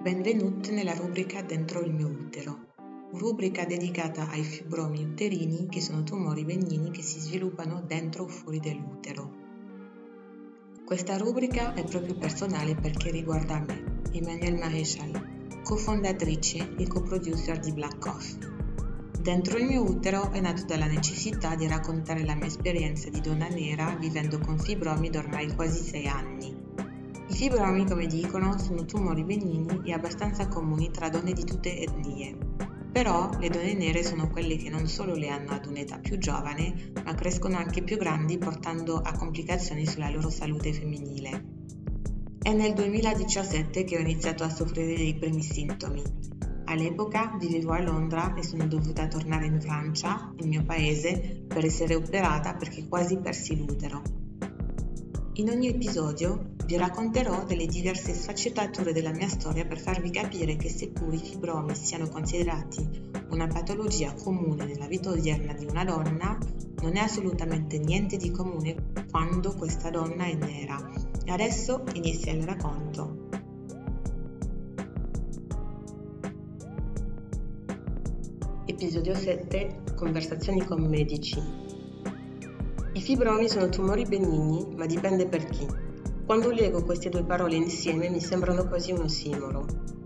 Benvenuti nella rubrica Dentro il mio utero, rubrica dedicata ai fibromi uterini che sono tumori benigni che si sviluppano dentro o fuori dell'utero. Questa rubrica è proprio personale perché riguarda me, Emmanuelle Maréchal, cofondatrice e coproducer di Black Coffee. Dentro il mio utero è nato dalla necessità di raccontare la mia esperienza di donna nera vivendo con fibromi da ormai quasi 6 anni. I fibromi, come dicono, sono tumori benigni e abbastanza comuni tra donne di tutte etnie. Però le donne nere sono quelle che non solo le hanno ad un'età più giovane, ma crescono anche più grandi portando a complicazioni sulla loro salute femminile. È nel 2017 che ho iniziato a soffrire dei primi sintomi. All'epoca vivevo a Londra e sono dovuta tornare in Francia, il mio paese, per essere operata perché quasi persi l'utero. In ogni episodio vi racconterò delle diverse sfaccettature della mia storia per farvi capire che seppur i fibromi siano considerati una patologia comune nella vita odierna di una donna, non è assolutamente niente di comune quando questa donna è nera. E adesso inizia il racconto. Episodio 7. Conversazioni con medici. I fibromi sono tumori benigni, ma dipende per chi. Quando leggo queste due parole insieme mi sembrano quasi un ossimoro.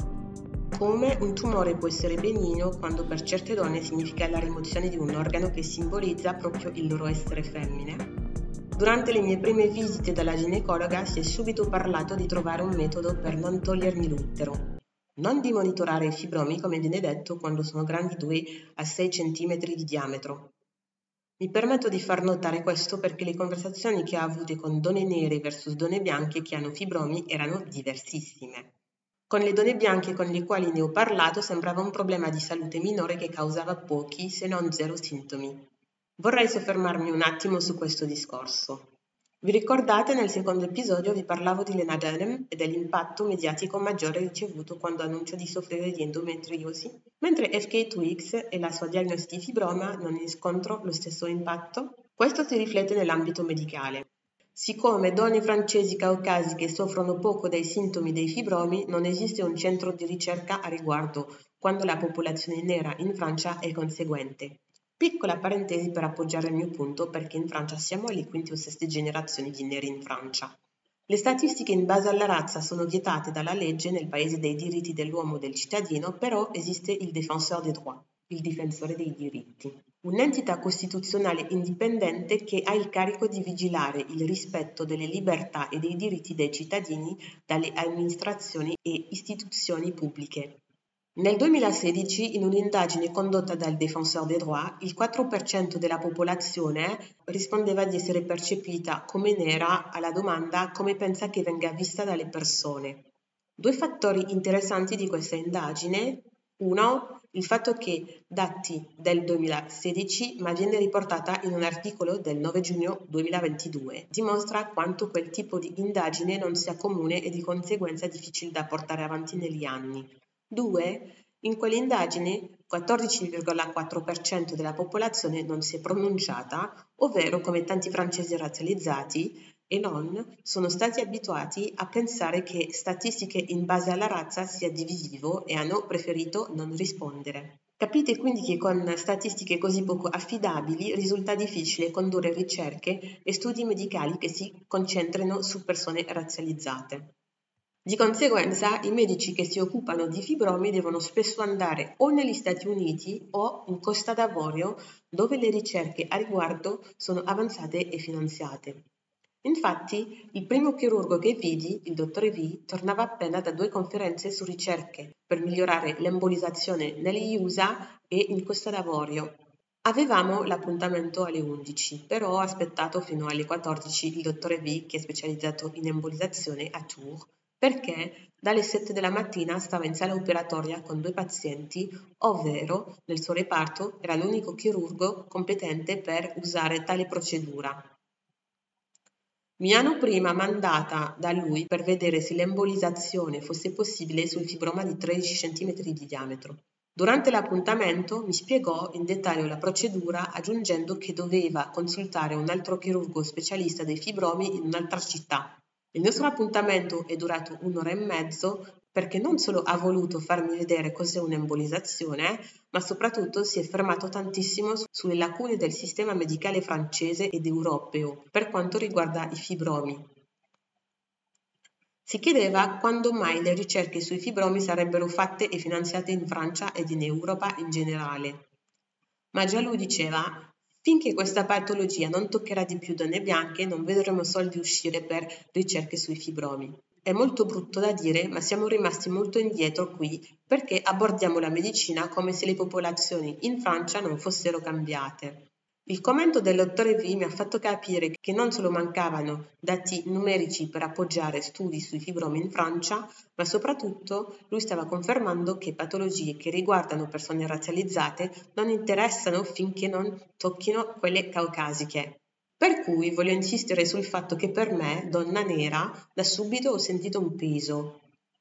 Come un tumore può essere benigno quando per certe donne significa la rimozione di un organo che simbolizza proprio il loro essere femmine. Durante le mie prime visite dalla ginecologa si è subito parlato di trovare un metodo per non togliermi l'utero. Non di monitorare i fibromi come viene detto quando sono grandi 2 a 6 cm di diametro. Mi permetto di far notare questo perché le conversazioni che ho avute con donne nere versus donne bianche che hanno fibromi erano diversissime. Con le donne bianche con le quali ne ho parlato sembrava un problema di salute minore che causava pochi, se non 0 sintomi. Vorrei soffermarmi un attimo su questo discorso. Vi ricordate nel secondo episodio vi parlavo di Lena Dunham e dell'impatto mediatico maggiore ricevuto quando annuncia di soffrire di endometriosi? Mentre FK Twigs e la sua diagnosi di fibroma non riscontrano lo stesso impatto? Questo si riflette nell'ambito medicale. Siccome donne francesi caucasiche soffrono poco dai sintomi dei fibromi, non esiste un centro di ricerca a riguardo, quando la popolazione nera in Francia è conseguente. Piccola parentesi per appoggiare il mio punto perché in Francia siamo alle quinte o seste generazioni di neri in Francia. Le statistiche in base alla razza sono vietate dalla legge nel paese dei diritti dell'uomo e del cittadino, però esiste il Défenseur des droits, il difensore dei diritti. Un'entità costituzionale indipendente che ha il carico di vigilare il rispetto delle libertà e dei diritti dei cittadini dalle amministrazioni e istituzioni pubbliche. Nel 2016, in un'indagine condotta dal Défenseur des droits, il 4% della popolazione rispondeva di essere percepita come nera alla domanda come pensa che venga vista dalle persone. Due fattori interessanti di questa indagine: uno, il fatto che dati del 2016, ma viene riportata in un articolo del 9 giugno 2022, dimostra quanto quel tipo di indagine non sia comune e di conseguenza difficile da portare avanti negli anni. 2. In quell'indagine 14,4% della popolazione non si è pronunciata, ovvero come tanti francesi razzializzati e non sono stati abituati a pensare che statistiche in base alla razza sia divisivo e hanno preferito non rispondere. Capite quindi che con statistiche così poco affidabili risulta difficile condurre ricerche e studi medicali che si concentrino su persone razzializzate. Di conseguenza, i medici che si occupano di fibromi devono spesso andare o negli Stati Uniti o in Costa d'Avorio, dove le ricerche a riguardo sono avanzate e finanziate. Infatti, il primo chirurgo che vidi, il dottor V, tornava appena da 2 conferenze su ricerche per migliorare l'embolizzazione negli USA e in Costa d'Avorio. Avevamo l'appuntamento alle 11, però ho aspettato fino alle 14 il dottor V, che è specializzato in embolizzazione a Tours, perché dalle 7 della mattina stava in sala operatoria con 2 pazienti, ovvero nel suo reparto era l'unico chirurgo competente per usare tale procedura. Mi hanno prima mandata da lui per vedere se l'embolizzazione fosse possibile sul fibroma di 13 cm di diametro. Durante l'appuntamento mi spiegò in dettaglio la procedura, aggiungendo che doveva consultare un altro chirurgo specialista dei fibromi in un'altra città. Il nostro appuntamento è durato 1 ora e mezzo perché non solo ha voluto farmi vedere cos'è un'embolizzazione, ma soprattutto si è fermato tantissimo sulle lacune del sistema medicale francese ed europeo per quanto riguarda i fibromi. Si chiedeva quando mai le ricerche sui fibromi sarebbero fatte e finanziate in Francia ed in Europa in generale. Ma già lui diceva: finché questa patologia non toccherà di più donne bianche, non vedremo soldi uscire per ricerche sui fibromi. È molto brutto da dire, ma siamo rimasti molto indietro qui perché abordiamo la medicina come se le popolazioni in Francia non fossero cambiate. Il commento del dottor V mi ha fatto capire che non solo mancavano dati numerici per appoggiare studi sui fibromi in Francia, ma soprattutto lui stava confermando che patologie che riguardano persone razzializzate non interessano finché non tocchino quelle caucasiche. Per cui voglio insistere sul fatto che per me, donna nera, da subito ho sentito un peso.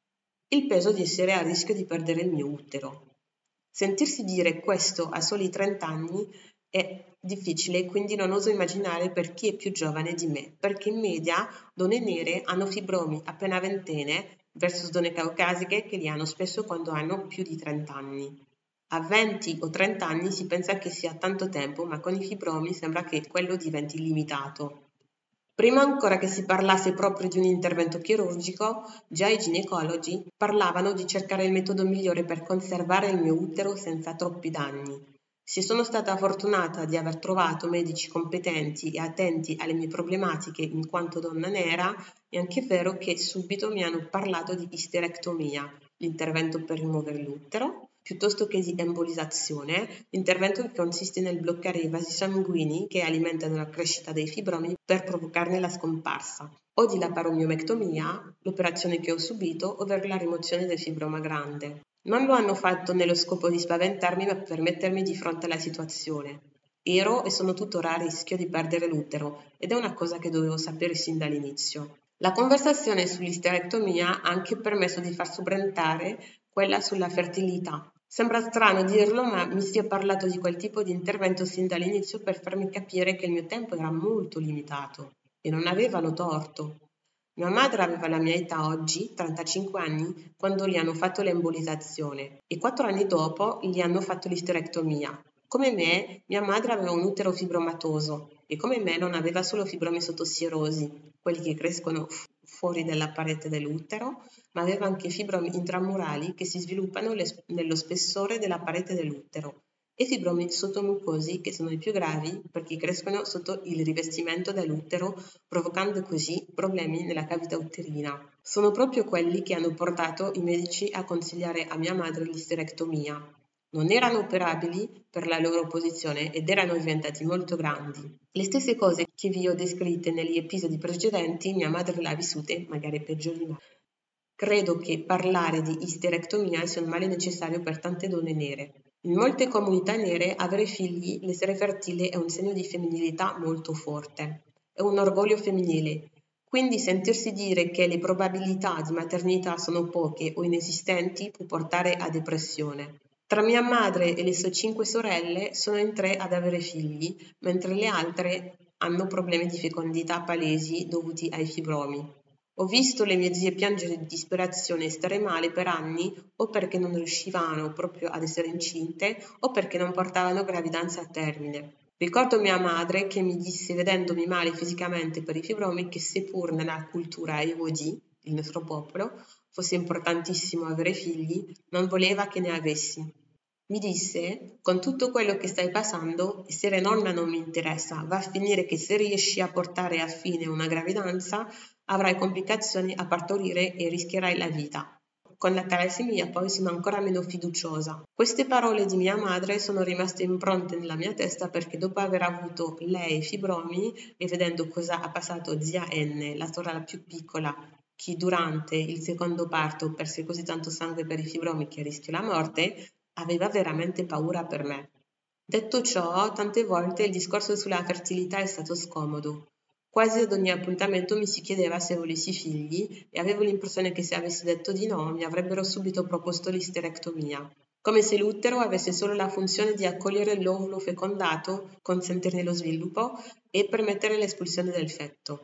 Il peso di essere a rischio di perdere il mio utero. Sentirsi dire questo a soli 30 anni è difficile, quindi non oso immaginare per chi è più giovane di me, perché in media donne nere hanno fibromi appena ventenne versus donne caucasiche che li hanno spesso quando hanno più di 30 anni. A 20 o 30 anni si pensa che sia tanto tempo, ma con i fibromi sembra che quello diventi limitato. Prima ancora che si parlasse proprio di un intervento chirurgico, già i ginecologi parlavano di cercare il metodo migliore per conservare il mio utero senza troppi danni. Se sono stata fortunata di aver trovato medici competenti e attenti alle mie problematiche in quanto donna nera, è anche vero che subito mi hanno parlato di isterectomia, l'intervento per rimuovere l'utero, piuttosto che di embolizzazione, l'intervento che consiste nel bloccare i vasi sanguigni che alimentano la crescita dei fibromi per provocarne la scomparsa, o di laparomiomectomia, l'operazione che ho subito, ovvero la rimozione del fibroma grande. Non lo hanno fatto nello scopo di spaventarmi, ma per mettermi di fronte alla situazione. Ero e sono tuttora a rischio di perdere l'utero ed è una cosa che dovevo sapere sin dall'inizio. La conversazione sull'isterectomia ha anche permesso di far subentrare quella sulla fertilità. Sembra strano dirlo, ma mi si è parlato di quel tipo di intervento sin dall'inizio per farmi capire che il mio tempo era molto limitato e non avevano torto. Mia madre aveva la mia età oggi, 35 anni, quando gli hanno fatto l'embolizzazione e 4 anni dopo gli hanno fatto l'isterectomia. Come me, mia madre aveva un utero fibromatoso e come me non aveva solo fibromi sottosierosi, quelli che crescono fuori dalla parete dell'utero, ma aveva anche fibromi intramurali che si sviluppano nello spessore della parete dell'utero e fibromi sottomucosi che sono i più gravi perché crescono sotto il rivestimento dell'utero, provocando così problemi nella cavità uterina. Sono proprio quelli che hanno portato i medici a consigliare a mia madre l'isterectomia. Non erano operabili per la loro posizione ed erano diventati molto grandi. Le stesse cose che vi ho descritte negli episodi precedenti, mia madre le ha vissute, magari peggio di me. Credo che parlare di isterectomia sia un male necessario per tante donne nere. In molte comunità nere avere figli, l'essere fertile è un segno di femminilità molto forte. È un orgoglio femminile. Quindi sentirsi dire che le probabilità di maternità sono poche o inesistenti può portare a depressione. Tra mia madre e le sue 5 sorelle sono in 3 ad avere figli, mentre le altre hanno problemi di fecondità palesi dovuti ai fibromi. Ho visto le mie zie piangere di disperazione e stare male per anni o perché non riuscivano proprio ad essere incinte o perché non portavano gravidanza a termine. Ricordo mia madre che mi disse, vedendomi male fisicamente per i fibromi, che seppur nella cultura Ewoji, il nostro popolo, fosse importantissimo avere figli, non voleva che ne avessi. Mi disse, con tutto quello che stai passando, essere nonna non mi interessa, va a finire che se riesci a portare a fine una gravidanza, avrai complicazioni a partorire e rischierai la vita. Con la talassemia poi sono ancora meno fiduciosa. Queste parole di mia madre sono rimaste impronte nella mia testa perché dopo aver avuto lei fibromi e vedendo cosa ha passato zia N, la sorella più piccola, che durante il secondo parto perse così tanto sangue per i fibromi che rischia la morte, aveva veramente paura per me. Detto ciò, tante volte il discorso sulla fertilità è stato scomodo. Quasi ad ogni appuntamento mi si chiedeva se volessi figli e avevo l'impressione che se avessi detto di no mi avrebbero subito proposto l'isterectomia, come se l'utero avesse solo la funzione di accogliere l'ovulo fecondato, consentirne lo sviluppo e permettere l'espulsione del feto.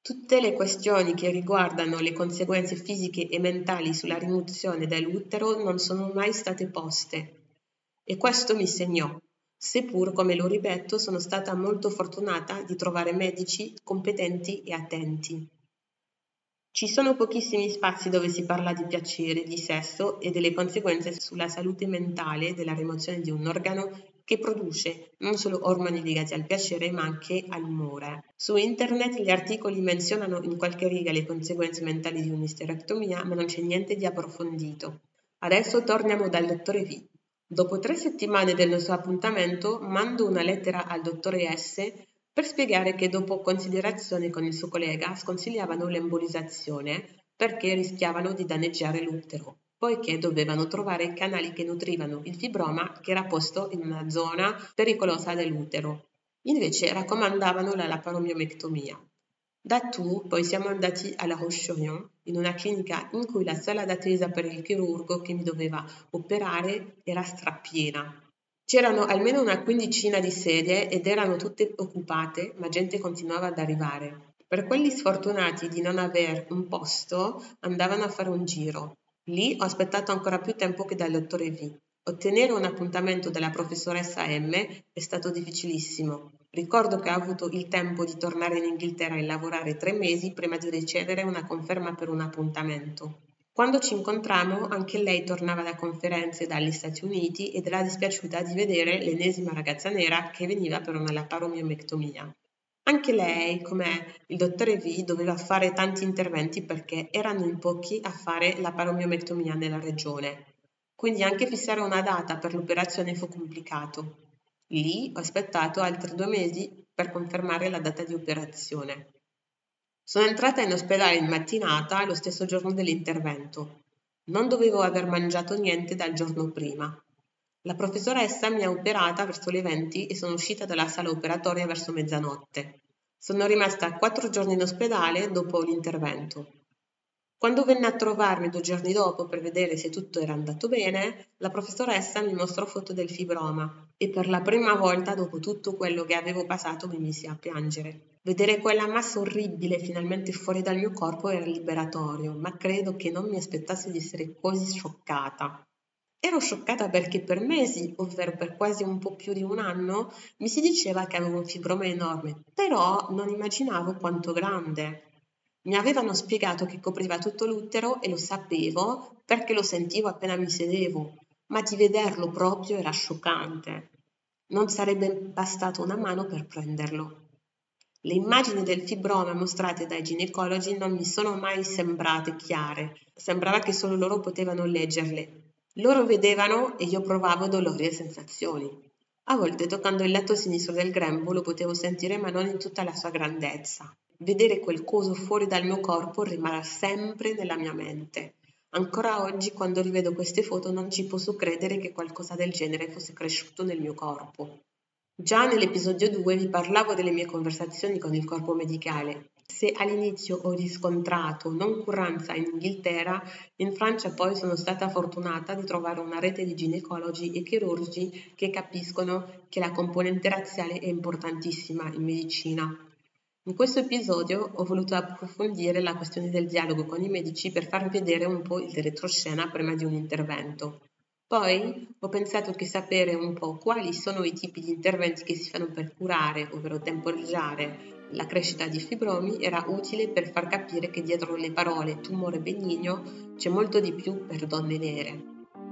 Tutte le questioni che riguardano le conseguenze fisiche e mentali sulla rimozione dell'utero non sono mai state poste. E questo mi segnò, seppur, come lo ripeto, sono stata molto fortunata di trovare medici competenti e attenti. Ci sono pochissimi spazi dove si parla di piacere, di sesso e delle conseguenze sulla salute mentale della rimozione di un organo che produce non solo ormoni legati al piacere ma anche all'umore. Su internet gli articoli menzionano in qualche riga le conseguenze mentali di un'isterectomia, ma non c'è niente di approfondito. Adesso torniamo dal dottore V. Dopo 3 settimane del nostro appuntamento mando una lettera al dottore S per spiegare che dopo considerazione con il suo collega sconsigliavano l'embolizzazione perché rischiavano di danneggiare l'utero, poiché dovevano trovare canali che nutrivano il fibroma che era posto in una zona pericolosa dell'utero. Invece raccomandavano la laparomiomectomia. Da Tours poi siamo andati a La Roche-sur-Yon, in una clinica in cui la sala d'attesa per il chirurgo che mi doveva operare era strapiena. C'erano almeno una quindicina di sedie ed erano tutte occupate, ma gente continuava ad arrivare. Per quelli sfortunati di non aver un posto, andavano a fare un giro. Lì ho aspettato ancora più tempo che dal dottore V. Ottenere un appuntamento dalla professoressa M è stato difficilissimo. Ricordo che ho avuto il tempo di tornare in Inghilterra e lavorare 3 mesi prima di ricevere una conferma per un appuntamento. Quando ci incontrammo, anche lei tornava da conferenze dagli Stati Uniti ed era dispiaciuta di vedere l'ennesima ragazza nera che veniva per una laparomiomectomia. Anche lei, come il dottore V, doveva fare tanti interventi perché erano in pochi a fare laparomiomectomia nella regione. Quindi anche fissare una data per l'operazione fu complicato. Lì ho aspettato altri 2 mesi per confermare la data di operazione. Sono entrata in ospedale in mattinata lo stesso giorno dell'intervento. Non dovevo aver mangiato niente dal giorno prima. La professoressa mi ha operata verso le 20 e sono uscita dalla sala operatoria verso mezzanotte. Sono rimasta 4 giorni in ospedale dopo l'intervento. Quando venne a trovarmi 2 giorni dopo per vedere se tutto era andato bene, la professoressa mi mostrò foto del fibroma e per la prima volta dopo tutto quello che avevo passato mi misi a piangere. Vedere quella massa orribile finalmente fuori dal mio corpo era liberatorio, ma credo che non mi aspettassi di essere così scioccata. Ero scioccata perché per mesi, ovvero per quasi un po' più di un anno, mi si diceva che avevo un fibroma enorme, però non immaginavo quanto grande. Mi avevano spiegato che copriva tutto l'utero e lo sapevo perché lo sentivo appena mi sedevo, ma di vederlo proprio era scioccante. Non sarebbe bastata una mano per prenderlo. Le immagini del fibroma mostrate dai ginecologi non mi sono mai sembrate chiare, sembrava che solo loro potevano leggerle. Loro vedevano e io provavo dolori e sensazioni. A volte toccando il lato sinistro del grembo lo potevo sentire ma non in tutta la sua grandezza. Vedere quel coso fuori dal mio corpo rimarrà sempre nella mia mente. Ancora oggi quando rivedo queste foto non ci posso credere che qualcosa del genere fosse cresciuto nel mio corpo. Già nell'episodio 2 vi parlavo delle mie conversazioni con il corpo medicale. Se all'inizio ho riscontrato noncuranza in Inghilterra, in Francia poi sono stata fortunata di trovare una rete di ginecologi e chirurgi che capiscono che la componente razziale è importantissima in medicina. In questo episodio ho voluto approfondire la questione del dialogo con i medici per farvi vedere un po' il retroscena prima di un intervento. Poi ho pensato che sapere un po' quali sono i tipi di interventi che si fanno per curare, ovvero temporeggiare, la crescita di fibromi era utile per far capire che dietro le parole tumore benigno c'è molto di più per donne nere.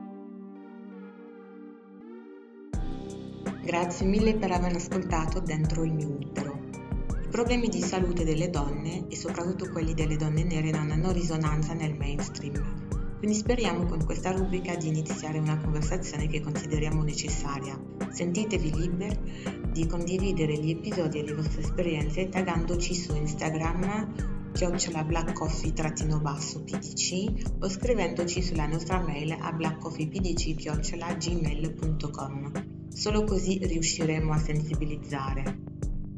Grazie mille per aver ascoltato Dentro il mio utero. I problemi di salute delle donne e soprattutto quelli delle donne nere non hanno risonanza nel mainstream. Quindi speriamo con questa rubrica di iniziare una conversazione che consideriamo necessaria. Sentitevi liberi di condividere gli episodi e le vostre esperienze taggandoci su Instagram @blackcoffee_pdc o scrivendoci sulla nostra mail a blackcoffeepdc@gmail.com. Solo così riusciremo a sensibilizzare.